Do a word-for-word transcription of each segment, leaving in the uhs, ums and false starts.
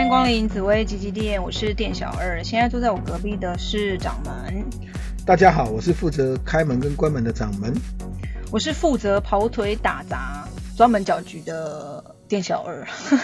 迎光临紫薇吉吉店，我是店小二。现在坐在我隔壁的是掌门。 大家好，我是负责开门跟关门的掌门。 我是负责跑腿打杂、专门搅局的店小二。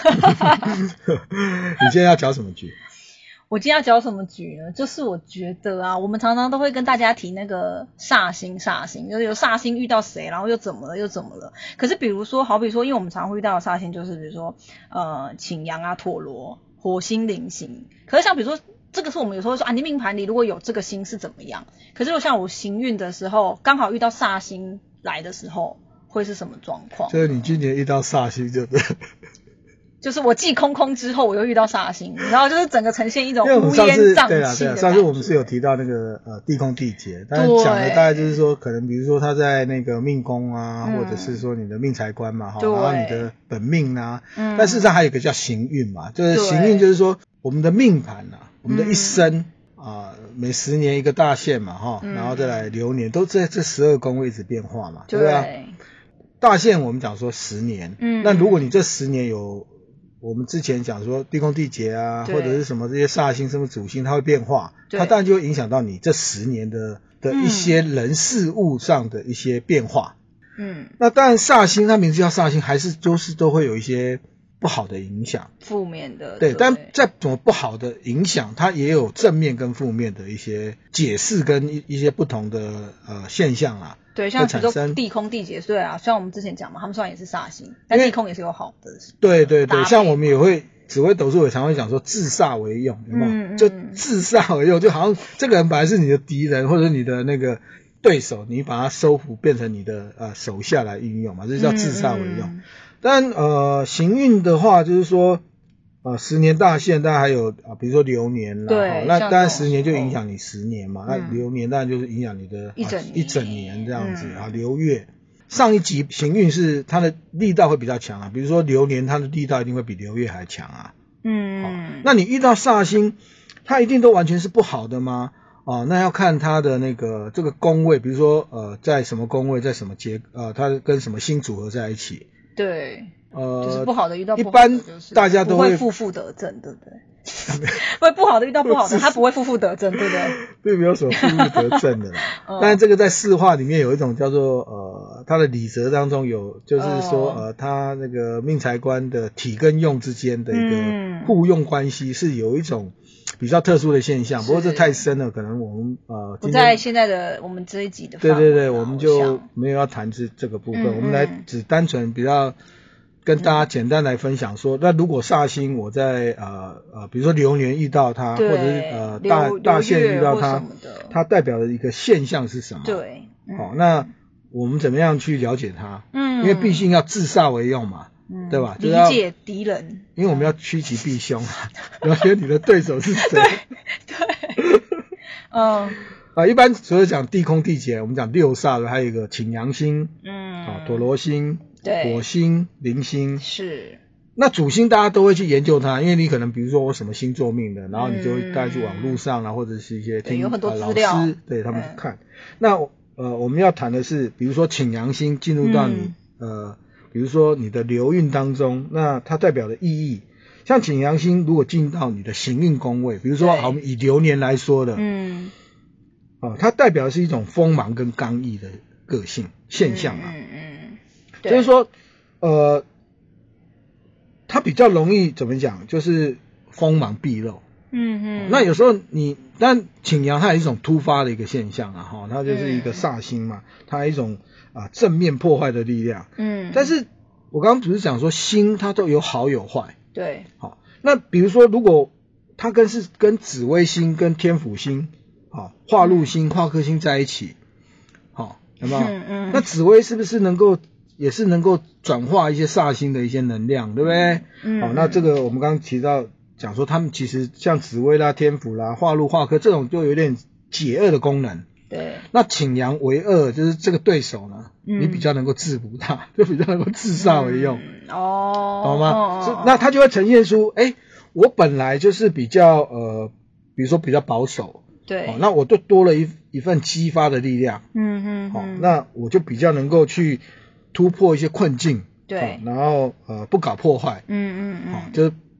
你今天要搅什么局？ 我今天要搅什么局呢？就是我觉得啊，我们常常都会跟大家提那个煞星，煞星就是有煞星遇到谁，然后又怎么了，又怎么了。可是比如说，好比说，因为我们常会遇到的煞星就是比如说呃擎羊啊、陀罗、火星、铃星。可是像比如说这个是我们有时候说啊，你命盘里如果有这个星是怎么样？可是就像我行运的时候，刚好遇到煞星来的时候，会是什么状况？ 就是你今年遇到煞星，对不对？ 就是我继空空之后，我又遇到煞星，然后就是整个呈现一种乌烟瘴气的对啦对啦，上次我们是有提到那个呃地空地劫，但是讲的大概就是说，可能比如说他在那个命宫啊，嗯、或者是说你的命财官嘛，哈，然后你的本命啊，嗯、但事实上还有一个叫行运嘛，就是行运就是说我们的命盘啊，我们的一生啊、嗯呃，每十年一个大限嘛，哈、嗯，然后再来流年，都在这十二宫位一直变化嘛，对吧？大限我们讲说十年，嗯，那如果你这十年有我们之前讲说地空地劫啊，或者是什么这些煞星、什么主星，它会变化，它当然就会影响到你这十年的的一些人事物上的一些变化。嗯，那当然煞星，它名字叫煞星，还是就是都会有一些不好的影响， 负面的。 对，但在怎么不好的影响，它也有正面跟负面的一些解释跟一一些不同的呃现象啊。 对，像比如说地空地劫，对啊，像我们之前讲嘛，他们虽然也是煞星，但地空也是有好的。 对对对，像我们也会紫微斗数也常会讲说制煞为用，有没有？嗯、就制煞为用，就好像这个人本来是你的敌人或者你的那个对手，你把他收服变成你的呃手下来运用嘛，这叫制煞为用。嗯嗯但呃行运的话，就是说呃十年大限，当然还有啊，比如说流年啦， 对， 那当然十年就影响你十年嘛，嗯、那流年当然就是影响你的一整、啊、 一整年这样子、嗯、啊。流月上一集行运是它的力道会比较强啊，比如说流年它的力道一定会比流月还强啊。嗯、哦，那你遇到煞星，它一定都完全是不好的吗？哦，那要看它的那个这个宫位，比如说呃在什么宫位，在什么结呃它跟什么星组合在一起。 对，呃，就是不好的遇到不好的、就是，一般大家都会不会负负得正，对不对？会不好的遇到不好的，他不会负负得正，对不对？ 并没有什么负负得正的啦。嗯、但是这个在四化里面有一种叫做呃，它的理则当中有，就是说、嗯、呃，它那个命财官的体跟用之间的一个互用关系是有一种比较特殊的现象，不过这太深了，可能我们呃不在现在的我们这一集的对对对，我们就没有要谈这这个部分，嗯、我们来只单纯比较跟大家简单来分享说，嗯、那如果煞星我在呃呃比如说流年遇到它，或者是呃大大限遇到它，它代表的一个现象是什么？对，嗯、好，那我们怎么样去了解它？嗯，因为毕竟要制煞为用嘛。嗯、对吧？ 理解敌人， 因为我们要趋吉避凶啊，了解你的对手是谁。 对，嗯啊，一般除了讲地空地劫，我们讲六煞的，还有一个擎羊星，嗯，啊，陀罗星，对，火星、铃星是。那主星大家都会去研究它，因为你可能比如说我什么星座命的，然后你就会带去网络上啊，或者是一些听有很多资料， 呃、老师对他们去看。嗯、那呃，我们要谈的是，比如说擎羊星进入到你、嗯、呃。比如说你的流运当中，那它代表的意义，像擎羊星如果进到你的行运宫位，比如说好，我们以流年来说的，嗯，啊，它代表的是一种锋芒跟刚毅的个性现象啊，嗯嗯，就是说，呃，它比较容易怎么讲，就是锋芒毕露，嗯嗯，那有时候你，但擎羊它有一种突发的一个现象啊，哈，它就是一个煞星嘛，它有一种啊正面破坏的力量，嗯，但是我刚刚不是讲说星它都有好有坏，对，好，那比如说如果它跟是跟紫微星跟天府星，好，化禄星、化科星在一起，好，有没有？嗯嗯，那紫微是不是能够也是能够转化一些煞星的一些能量，对不对？嗯，好，那这个我们刚刚提到讲说他们其实像紫微啦、天府啦、化禄、化科这种就有点解厄的功能。对，那擎羊为厄，就是这个对手呢，嗯、你比较能够制服他，就比较能够制煞为用，嗯、哦，懂吗？哦、那他就会呈现出，哎，我本来就是比较呃，比如说比较保守，对，哦、那我就多了一一份激发的力量，嗯嗯，好、哦，那我就比较能够去突破一些困境，对，哦、然后呃不搞破坏，嗯嗯嗯，哦、就是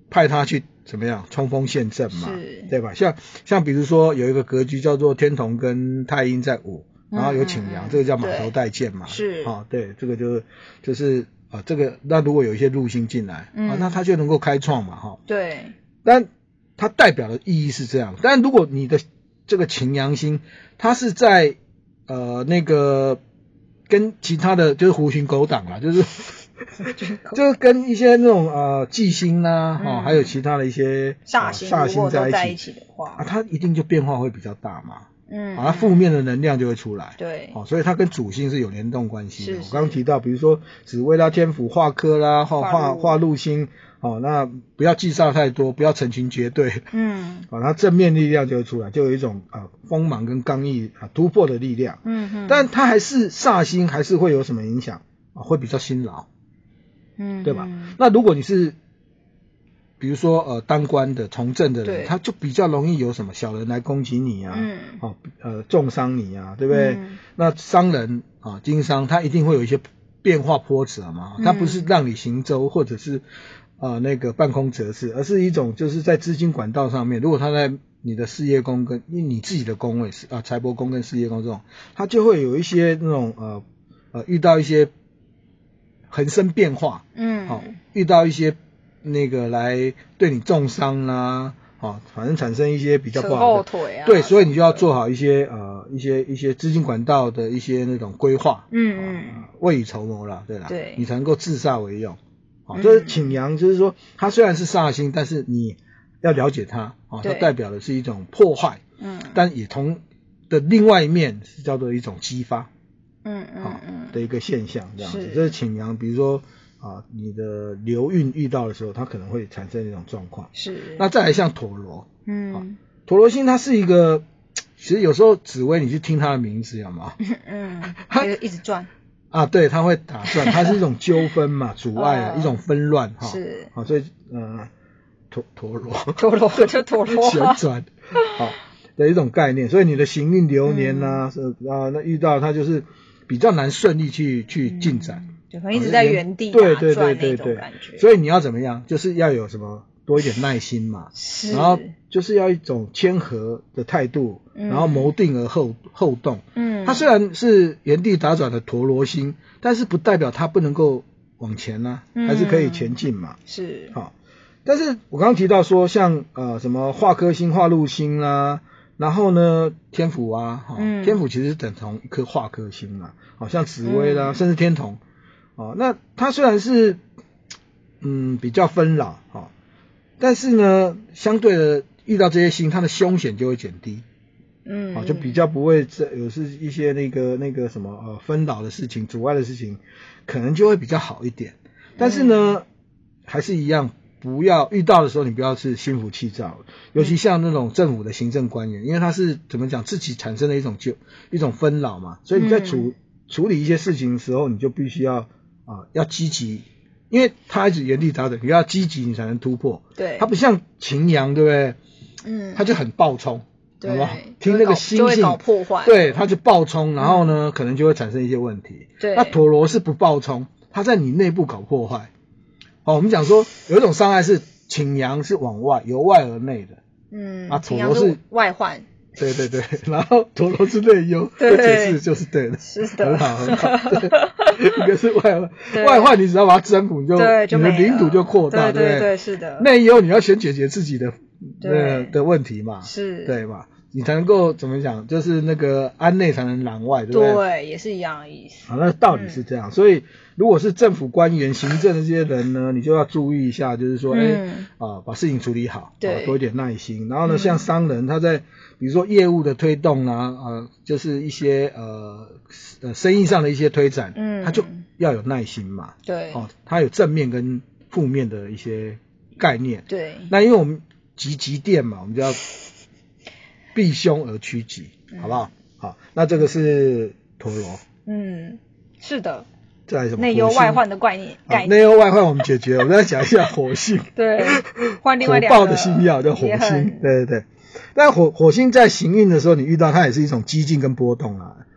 派他去怎么样冲锋陷阵嘛，对吧？像像比如说有一个格局叫做天同跟太阴在午，然后有请阳，嗯嗯这个叫马头带剑嘛， 是啊、哦，对，这个就是就是啊，这个那如果有一些禄星进来，嗯、啊，那他就能够开创嘛，哈、哦， 对， 但它代表的意义是这样，但如果你的这个擎羊星，它是在呃那个跟其他的就是狐群狗党啦，就是就是跟一些那种呃忌星啦，哦，嗯、还有其他的一些煞星、 呃、煞星在一起， 在一起的话， 啊，它一定就变化会比较大嘛。 嗯， 啊，它负面的能量就会出来， 对， 哦，所以它跟主星是有联动关系的。 是是我刚刚提到，比如说紫微啦、天府、化科啦、化化化禄星，哦，那不要忌煞太多，不要成群结队， 嗯， 啊、哦，它正面力量就会出来，就有一种啊锋芒跟刚毅啊突破的力量， 嗯哼， 但它还是煞星，还是会有什么影响啊？会比较辛劳， 嗯， 对吧？那如果你是比如说呃当官的从政的人，他就比较容易有什么小人来攻击你啊，嗯，哦呃重伤你啊，对不对？嗯、那商人啊经商他一定会有一些变化波折嘛，他不是让你行舟或者是呃那个半空折翅，而是一种就是在资金管道上面，如果他在你的事业宫跟你自己的宫位啊财帛宫跟事业宫这种，他就会有一些那种呃呃遇到一些横生变化，嗯，好、哦、遇到一些。那个来对你重伤啦、啊，啊，反正产生一些比较不好的， 扯后腿啊， 对，所以你就要做好一些呃一些一些资金管道的一些那种规划， 嗯嗯、 啊，未雨绸缪啦，对啦， 对， 你才能够治煞为用，啊，就是请阳，就是说它虽然是煞星，但是你要了解它，啊，它代表的是一种破坏，嗯，但也同的另外一面是叫做一种激发， 嗯嗯嗯的一个现象，这样子，这是请阳，比如说。啊，你的流运遇到的时候，它可能会产生一种状况。 是。 那再来像陀螺， 嗯， 啊、陀螺星它是一个，其实有时候紫微你去听它的名字，有吗？ 嗯，它一直转。 啊，对，它会打转，它是一种纠纷嘛，阻碍啊，哦、一种纷乱哈。 是。 啊，所以呃，陀陀螺， 陀螺就陀螺旋转，好的一种概念。所以你的行运流年呐、是、嗯、啊，那遇到它就是比较难顺利去去进展。嗯就可能一直在原地打转那种感觉， 所以你要怎么样？就是要有什么多一点耐心嘛， 是， 然后就是要一种谦和的态度，嗯、然后谋定而后后动。嗯，它虽然是原地打转的陀螺星，但是不代表它不能够往前啊，嗯、还是可以前进嘛。 是， 好，但是我刚刚提到说，像呃什么化科星、化禄星啦。然后呢，天府啊，哈、嗯，天府其实是等同一颗化科星嘛，好像紫微啦，嗯、甚至天同。哦，那它虽然是嗯比较纷扰哈，但是呢，相对的遇到这些星，它的凶险就会减低，嗯，哦，就比较不会有是一些那个那个什么呃纷扰的事情、阻碍的事情，可能就会比较好一点。但是呢，嗯、还是一样，不要遇到的时候，你不要是心浮气躁，尤其像那种政府的行政官员，因为他是怎么讲，自己产生的一种就一种纷扰嘛，所以你在处、嗯、处理一些事情的时候，你就必须要。啊，要积极，因为他一直原地打转，你要积极，你才能突破。 对， 他不像擎羊，对不对？嗯，他就很暴冲，对吧？听那个心性，就会搞破坏。 对，他就暴冲，然后呢，嗯、可能就会产生一些问题。 对， 那陀螺是不暴冲，他在你内部搞破坏。哦，我们讲说有一种伤害是擎羊是往外，由外而内的。嗯，啊，陀螺是外患。 对对对，然后陀螺是内忧，这解释就是对的， 是的， 很好很好。一个是外患，外患你只要把它征服，你就你的领土就扩大， 对对对是的。 内忧你要先解决自己的的的问题嘛， 是， 对吧？你才能够怎么讲，就是那个安内才能攘外，对不对？ 对，也是一样的意思。 啊，那道理是这样，嗯、所以如果是政府官员、行政的这些人呢，你就要注意一下，就是说，哎、嗯，啊，把事情处理好， 对， 啊、多一点耐心。然后呢，嗯、像商人他在比如说业务的推动啊，呃，就是一些呃呃生意上的一些推展，嗯，他就要有耐心嘛， 对， 哦，他有正面跟负面的一些概念， 对。 那因为我们急急电嘛，我们就要避凶而趋吉，嗯、好不好？好，那这个是陀螺， 嗯，是的。 再来什么？ 内忧外患的概念。概念。 内忧外患我们解决了，我们再讲一下火星。 对，换另外两个火爆的星耀叫火星，对对对。但火火星在行运的时候，你遇到它也是一种激进跟波动啊。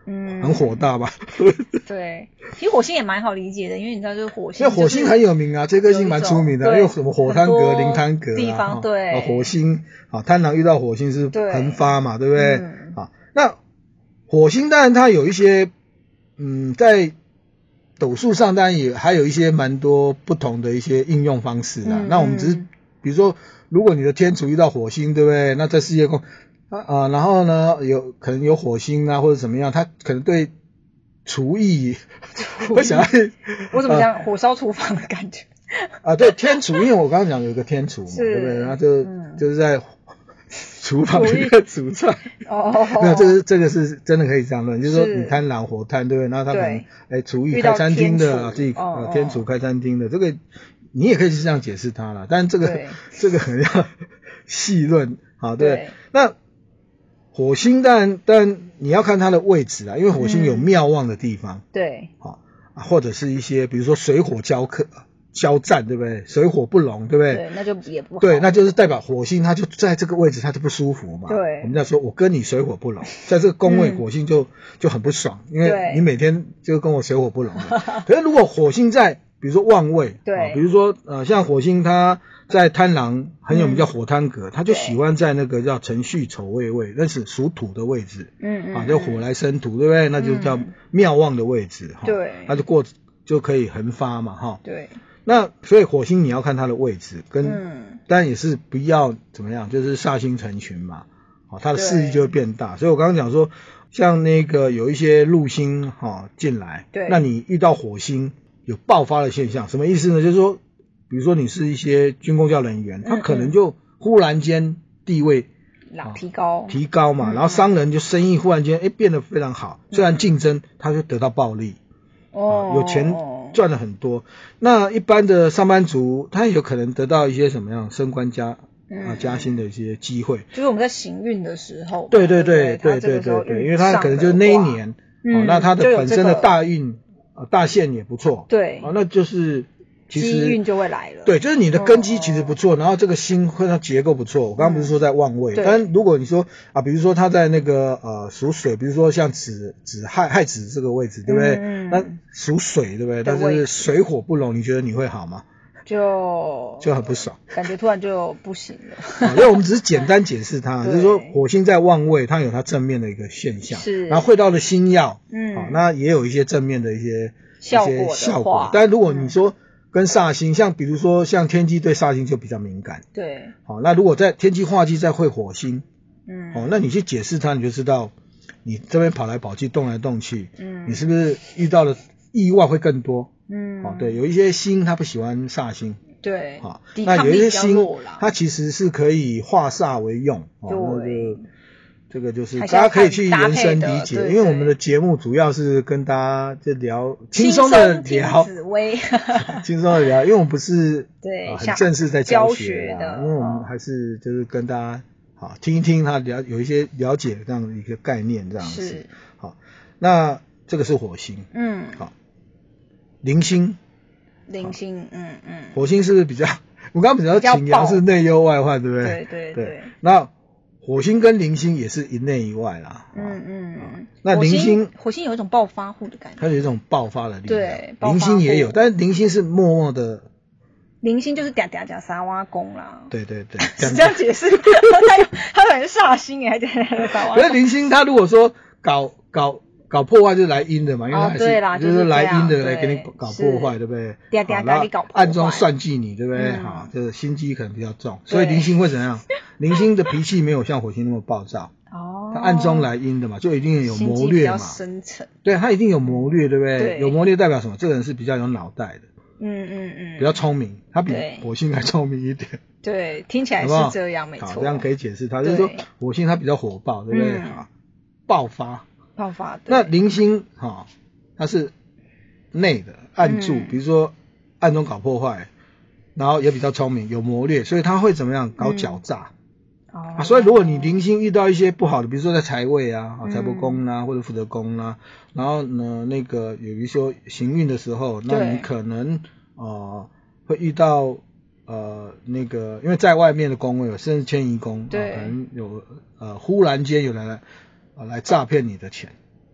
嗯， 很火大吧？ 对，其实火星也蛮好理解的，因为你知道，就是火星、 因为火星很有名啊，这颗星蛮出名的，因为什么火贪格、灵贪格地方， 啊， 对， 啊火星啊，贪狼遇到火星是横发嘛，对不对？嗯、啊，那火星当然它有一些，嗯，在斗数上当然也还有一些蛮多不同的一些应用方式啦。嗯、那我们只是比如说，如果你的天厨遇到火星，对不对？那在事业宫啊、呃，然后呢，有可能有火星啊，或者怎么样，它可能对厨艺会想要， 我怎么讲、呃、火烧厨房的感觉啊？对，天厨，因为我刚刚讲有一个天厨嘛，对不对？然后就、嗯、就是在厨房里面煮菜。哦，没有，这个这个是真的可以这样论，就是说你贪狼火贪，对不对？然后他可能哎厨艺开餐厅的，自己呃天厨开餐厅的，这个你也可以是这样解释它啦，但这个这个很要细论，好，对，对那。火星当然，但你要看它的位置啊，因为火星有妙望的地方，嗯、 对， 好啊，或者是一些比如说水火交克交战，对不对？水火不容，对不对？ 对，那就也不好。 对，那就是代表火星它就在这个位置，它就不舒服嘛。 对， 我们在说我跟你水火不容，在这个宫位火星就、嗯、就很不爽，因为你每天就跟我水火不容的。可是如果火星在比如说旺位， 对、 啊，比如说呃像火星它在贪狼很有名叫火贪格，他、嗯、就喜欢在那个叫辰戌丑未位，那是属土的位置，嗯嗯，啊，就火来生土，对不对？那就叫妙望的位置，哈、嗯，对，他就过就可以横发嘛，哈， 对。 那所以火星你要看它的位置，跟，嗯，当然也是不要怎么样，就是煞星成群嘛，好，它的势力就会变大。所以我刚刚讲说，像那个有一些禄星哈进来，对，那你遇到火星有爆发的现象，什么意思呢？就是说。比如说你是一些军公教人员，他可能就忽然间地位、 嗯、提高， 提高嘛，嗯、然后商人就生意忽然间哎变得非常好，虽然竞争他就得到暴利，哦、啊，有钱赚了很多。那一般的上班族他有可能得到一些什么样升官加啊加薪的一些机会， 就是我们在行运的时候， 对对对对对对对，因为他可能就是那一年，嗯、啊，那他的本身的大运、这个、大限也不错， 对， 啊，那就是。其实机运就会来了， 对，就是你的根基其实不错，哦、然后这个星或者结构不错。我刚刚不是说在旺位，嗯、但如果你说啊，比如说它在那个呃属水，比如说像子子亥亥子这个位置，对不对？嗯、那属水，对不对？但是水火不容，你觉得你会好吗？ 就就很不爽， 感觉突然就不行了。 因为我们只是简单解释它，就是说火星在旺位，它有它正面的一个现象， 是， 然后会到的星耀，嗯，好，那也有一些正面的一些效果的效果。但如果你说，嗯跟煞星，像比如说像天机对煞星就比较敏感， 对， 好，那如果在天机化忌再会火星，嗯，哦，那你去解释它，你就知道你这边跑来跑去，动来动去，嗯，你是不是遇到的意外会更多？嗯，哦，对，有一些星它不喜欢煞星， 对， 好，那有一些星它其实是可以化煞为用，哦，对。这个就是大家可以去延伸理解，因为我们的节目主要是跟大家就聊轻松的聊，轻松的聊，因为我们不是对、呃、很正式在教学的，因为我们还是就是跟大家好听一听他了有一些了解这样的一个概念这样子。好，那这个是火星，嗯，好，铃星， 铃星，嗯嗯， 火星是不是比较？我刚刚比较擎羊是内忧外患，对不对？ 对对 对, 对。 那火星跟铃星也是一内一外啦，嗯嗯，嗯那铃星火星有一种暴发户的感觉， 它有一种爆发的力量， 对， 铃星也有，但是铃星是默默的， 铃星就是嗲嗲嗲沙挖工啦， 对对对， 是这样解释，它有它可能是煞星哎，嗲嗲嗲沙挖， 可是铃星它如果说搞搞搞破坏就是来阴的嘛，因为它是、 哦、 就是来阴的来给你搞破坏，对不对？ 嗲嗲嗲你搞破坏， 暗中算计你，对不对？好、嗯，就是心机可能比较重，所以铃星会怎样？铃星的脾气没有像火星那么暴躁，哦，它暗中来阴的嘛，就一定有谋略嘛， 深沉， 对，它一定有谋略，对不对？对，有谋略代表什么？这个人是比较有脑袋的， 嗯嗯嗯， 比较聪明，他比火星还聪明一点。 对，听起来是这样，没错。 好，这样可以解释它，就是说火星它比较火爆，对不对？好、嗯，爆发。 爆发的。 那铃星哈、哦，它是内的暗柱、嗯，比如说暗中搞破坏，然后也比较聪明，有谋略，所以他会怎么样搞狡诈、嗯哦、啊？所以如果你铃星遇到一些不好的，比如说在财位啊、财帛宫啊、嗯、或者福德宫啊，然后呢那个有一说行运的时候，那你可能呃会遇到呃那个因为在外面的宫位，甚至迁移宫，对、啊，可能有呃忽然间有人来。来诈骗你的钱，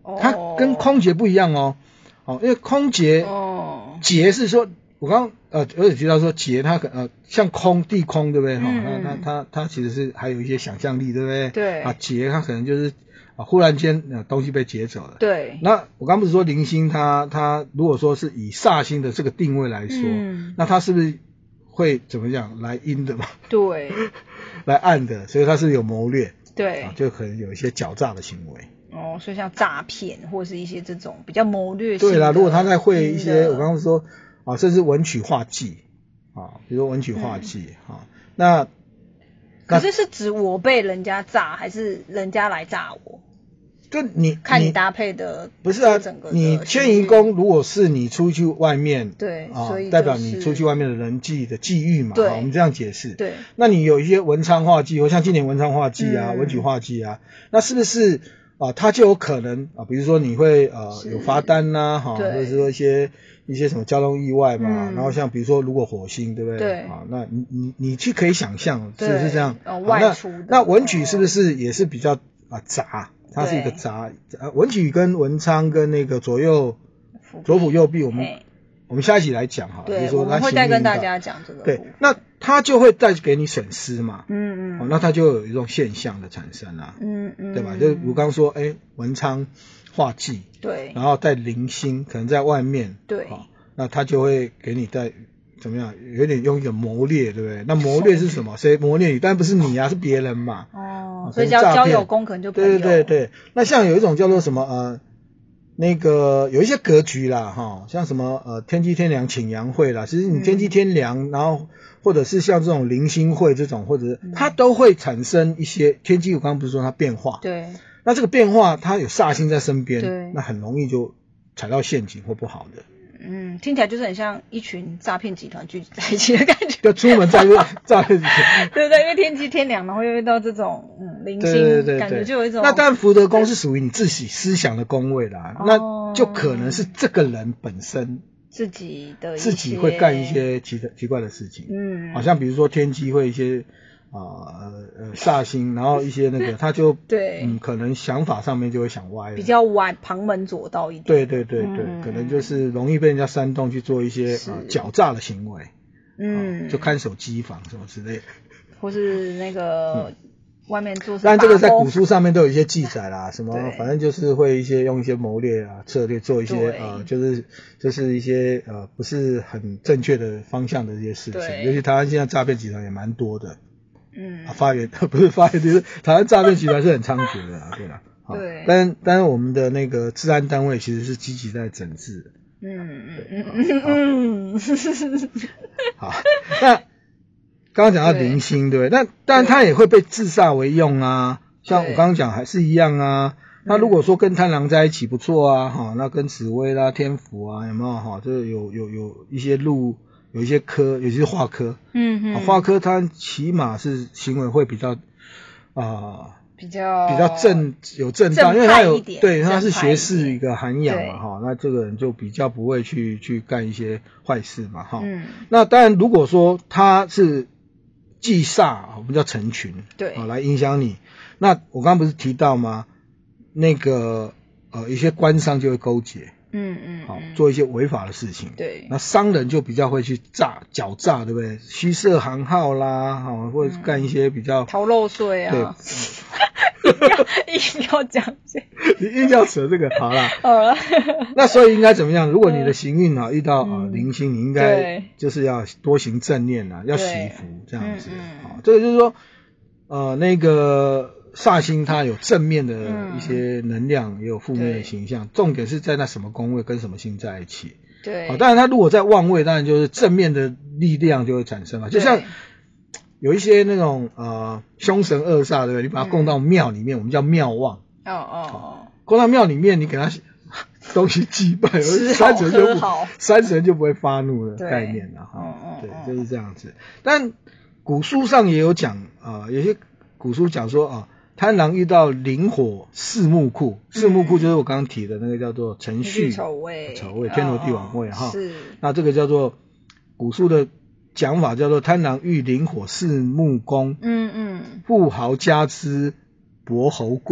哦， 它跟空劫不一样哦。哦，因为空劫， 哦， 劫是说，我刚呃，而且提到说劫，它可呃像空地空，对不对？哈、 嗯那它它它其实是还有一些想象力，对不对？ 对啊，劫它可能就是啊忽然间呃东西被劫走了。 对， 那我刚不是说零星它它如果说是以煞星的这个定位来说， 嗯那它是不是会怎么讲来阴的嘛？ 对来暗的，所以它是有谋略， 对啊，就可能有一些狡诈的行为。 哦，所以像诈骗或是一些这种比较谋略性的。 对啦，如果他在会一些， 嗯我刚刚说啊，甚至文曲化忌啊，比如说文曲化忌啊，那可是是指我被人家诈，还是人家来诈我？ 就你看你搭配的不是啊整个，的你迁移宫如果是你出去外面， 对， 啊所以、就是、 代表你出去外面的人际的际遇嘛， 对， 我们这样解释。 对， 那你有一些文昌化忌，或像今年文昌化忌啊， 嗯、 文曲化忌啊，那是不是啊，它就有可能啊，比如说你会呃有罚单呐、啊，哈，或者是说一些一些什么交通意外嘛，嗯、然后像比如说如果火星，对不对？ 对， 啊，那你你你去可以想象是不是这样？ 哦，外出的。 那那文曲是不是也是比较啊杂？它是一个杂，呃，文曲跟文昌跟那个左右左辅右弼，我们我们下一集来讲哈， 对， 就是说我们会再跟大家讲这个。 对，那它就会带给你损失嘛， 嗯嗯， 哦，那它就有一种现象的产生啊， 嗯嗯， 对吧？就是我刚刚说，哎，文昌化忌， 对， 然后带零星，可能在外面， 对， 哦，那它就会给你带怎么样，有点用一个谋略，对不对？那谋略是什么？谁谋略你？当然不是你啊，是别人嘛。 哦，所以交交友功可能就朋友。 对对对对，那像有一种叫做什么呃，那个有一些格局啦哈，像什么呃天机天梁请阳会啦，其实你天机天梁，嗯、然后或者是像这种零星会这种，或者是、嗯、它都会产生一些天机。我刚刚不是说它变化？ 对。 那这个变化，它有煞星在身边， 对， 那很容易就踩到陷阱或不好的。 嗯，听起来就是很像一群诈骗集团聚集在一起的感觉。 就出门在诈骗集团， 对对，因为天机天梁，然后又遇到这种嗯零星， 对对对对， 感觉就有一种。 那当然福德宫是属于你自己思想的宫位啦，哦、那就可能是这个人本身自己的自己会干一些奇的奇怪的事情，嗯，好像比如说天机会一些。啊呃呃煞星，然后一些那个他就对， 嗯，可能想法上面就会想歪了， 比较歪，旁门左道一点。 对对对对，嗯、可能就是容易被人家煽动去做一些呃狡诈的行为，嗯、呃，就看守机房什么之类的， 或是那个、嗯、外面做。 但这个在古书上面都有一些记载啦，什么反正就是会一些用一些谋略啊策略做一些呃，就是就是一些呃不是很正确的方向的一些事情，尤其台湾现在诈骗集团也蛮多的。嗯，啊、发源不是发源，就是台湾诈骗集团是很猖獗的啦，对啦。 对。 但但是我们的那个治安单位其实是积极在整治的。嗯嗯嗯嗯。好，那刚刚讲到零星，对不对？那当然它也会被自煞为用啊，像我刚刚讲还是一样啊。那如果说跟贪狼在一起不错啊，哈，那跟紫微啦、天府啊，有没有哈？就是有有有一些路。有一些科，尤其是化科，嗯嗯，化科它起码是行为会比较啊、呃， 比较比较正有正当，因为它有对它是学士一个涵养嘛哈，那这个人就比较不会去去干一些坏事嘛哈。嗯，那当然如果说他是忌煞，我们叫成群， 对， 啊来影响你。那我刚刚不是提到吗？那个呃一些官商就会勾结。嗯嗯，好，做一些违法的事情。 对， 那商人就比较会去诈、狡诈，对不对？虚设行号啦，哈，或者干一些比较逃漏税啊。 对， 硬要讲这， 你硬要扯这个，好啦。 好了。 那所以应该怎么样？如果你的行运啊遇到啊零星，你应该就是要多行正念啊，要祈福这样子。好，这个就是说，呃，那个。煞星它有正面的一些能量，嗯、也有负面的形象。重点是在那什么宫位跟什么星在一起。 对。 好，当然它如果在旺位，当然就是正面的力量就会产生了。就像有一些那种呃凶神恶煞，对不对？你把它供到庙里面，嗯、我们叫庙旺。哦哦哦。供到庙里面，你给它东西祭拜，山神就不山神就不会发怒的概念了哈。嗯、对，就是这样子。但古书上也有讲啊、呃，有些古书讲说啊。贪狼遇到灵火四木库，四木库就是我刚刚提的那个叫做辰戌丑未， 丑未天罗地网位哈。 是。 那这个叫做古书的讲法叫做贪狼遇灵火四木宫，嗯嗯，富豪家之伯侯贵，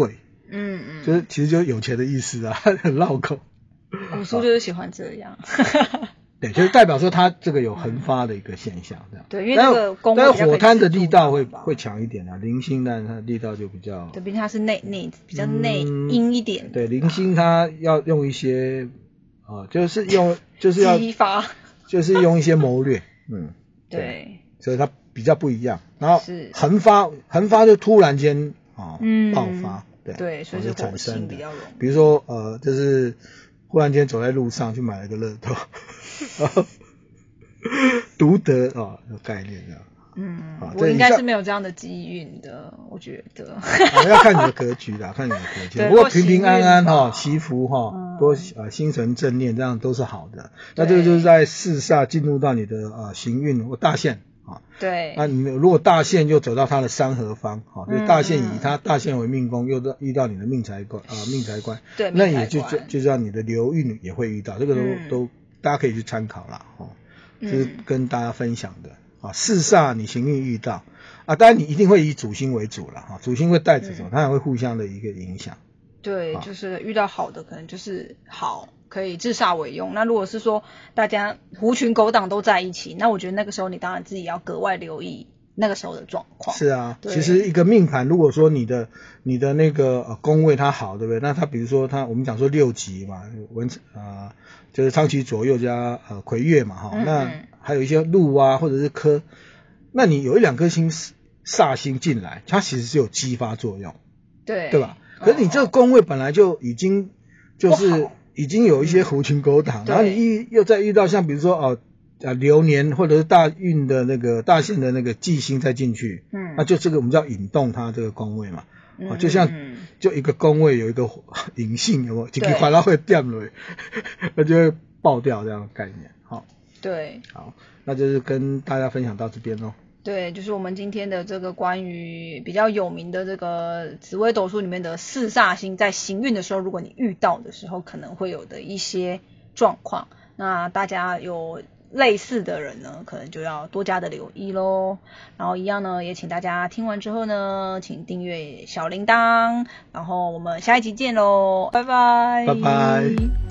嗯嗯， 就是其实就是有钱的意思啊，很绕口。 古书就是喜欢这样。 对，就是代表说它这个有横发的一个现象，这样。 对，因为这个宫位但比较可以是火贪的制住力道它吧会会强一点啊，零星但是它的力道就比较。 对，毕竟它是内内比较内嗯阴一点的。 对，零星它要用一些啊、就是用就是要激发， 就是用一些谋略，嗯， 对， 所以它比较不一样。然后是横发横发就突然间啊、 嗯爆发，对对，所以就是火产生的星比较容易。 比如说呃，就是忽然间走在路上去买了个乐透，然后独得啊、有概念这样。 嗯啊， 我应该这以上是没有这样的机运的，我觉得。 啊要看你的格局啦，看你的格局。 对不过平平安安哈， 如果祈福哈， 嗯多呃心存正念，这样都是好的。那这个就是在四煞进入到你的呃行运或大限啊。 对， 那你如果大限又走到它的三合方，哈，就是大限以嗯它大限为命宫，又到遇到你的命财官啊命财官， 对， 那命财也就就官就让你的流运也会遇到，这个都、 嗯都大家可以去参考啦，哦，这是嗯跟大家分享的啊。四煞你行运遇到啊，当然你一定会以主星为主了哈，主星会带着走，它也会互相的一个影响。 对， 好就是遇到好的可能就是好，可以治煞为用。那如果是说大家狐群狗党都在一起，那我觉得那个时候你当然自己要格外留意那个时候的状况。 是啊， 对其实一个命盘，如果说你的你的那个呃宫位它好，对不对？那它比如说它我们讲说六吉嘛，文啊、呃、就是昌期左右加呃魁月嘛哈， 嗯那嗯还有一些禄啊或者是科，那你有一两颗星煞星进来，它其实是有激发作用， 对对吧？可是你这个宫位本来就已经就不是好已经有一些狐群狗党， 嗯然后你遇又再遇到像比如说哦。啊，流年或者是大运的那个大限的那个忌星再进去， 嗯， 那就这个我们叫引动它这个宫位嘛， 嗯啊，就像嗯就一个宫位有一个隐性，有没有？几对个环绕会掉了，那就会爆掉这样的概念。好， 对好，那就是跟大家分享到这边咯。 对，就是我们今天的这个关于比较有名的这个紫微斗数里面的四煞星在行运的时候，如果你遇到的时候可能会有的一些状况，那大家有类似的人呢，可能就要多加的留意咯。然后一样呢，也请大家听完之后呢，请订阅小铃铛，然后我们下一集见咯，拜拜， 拜拜。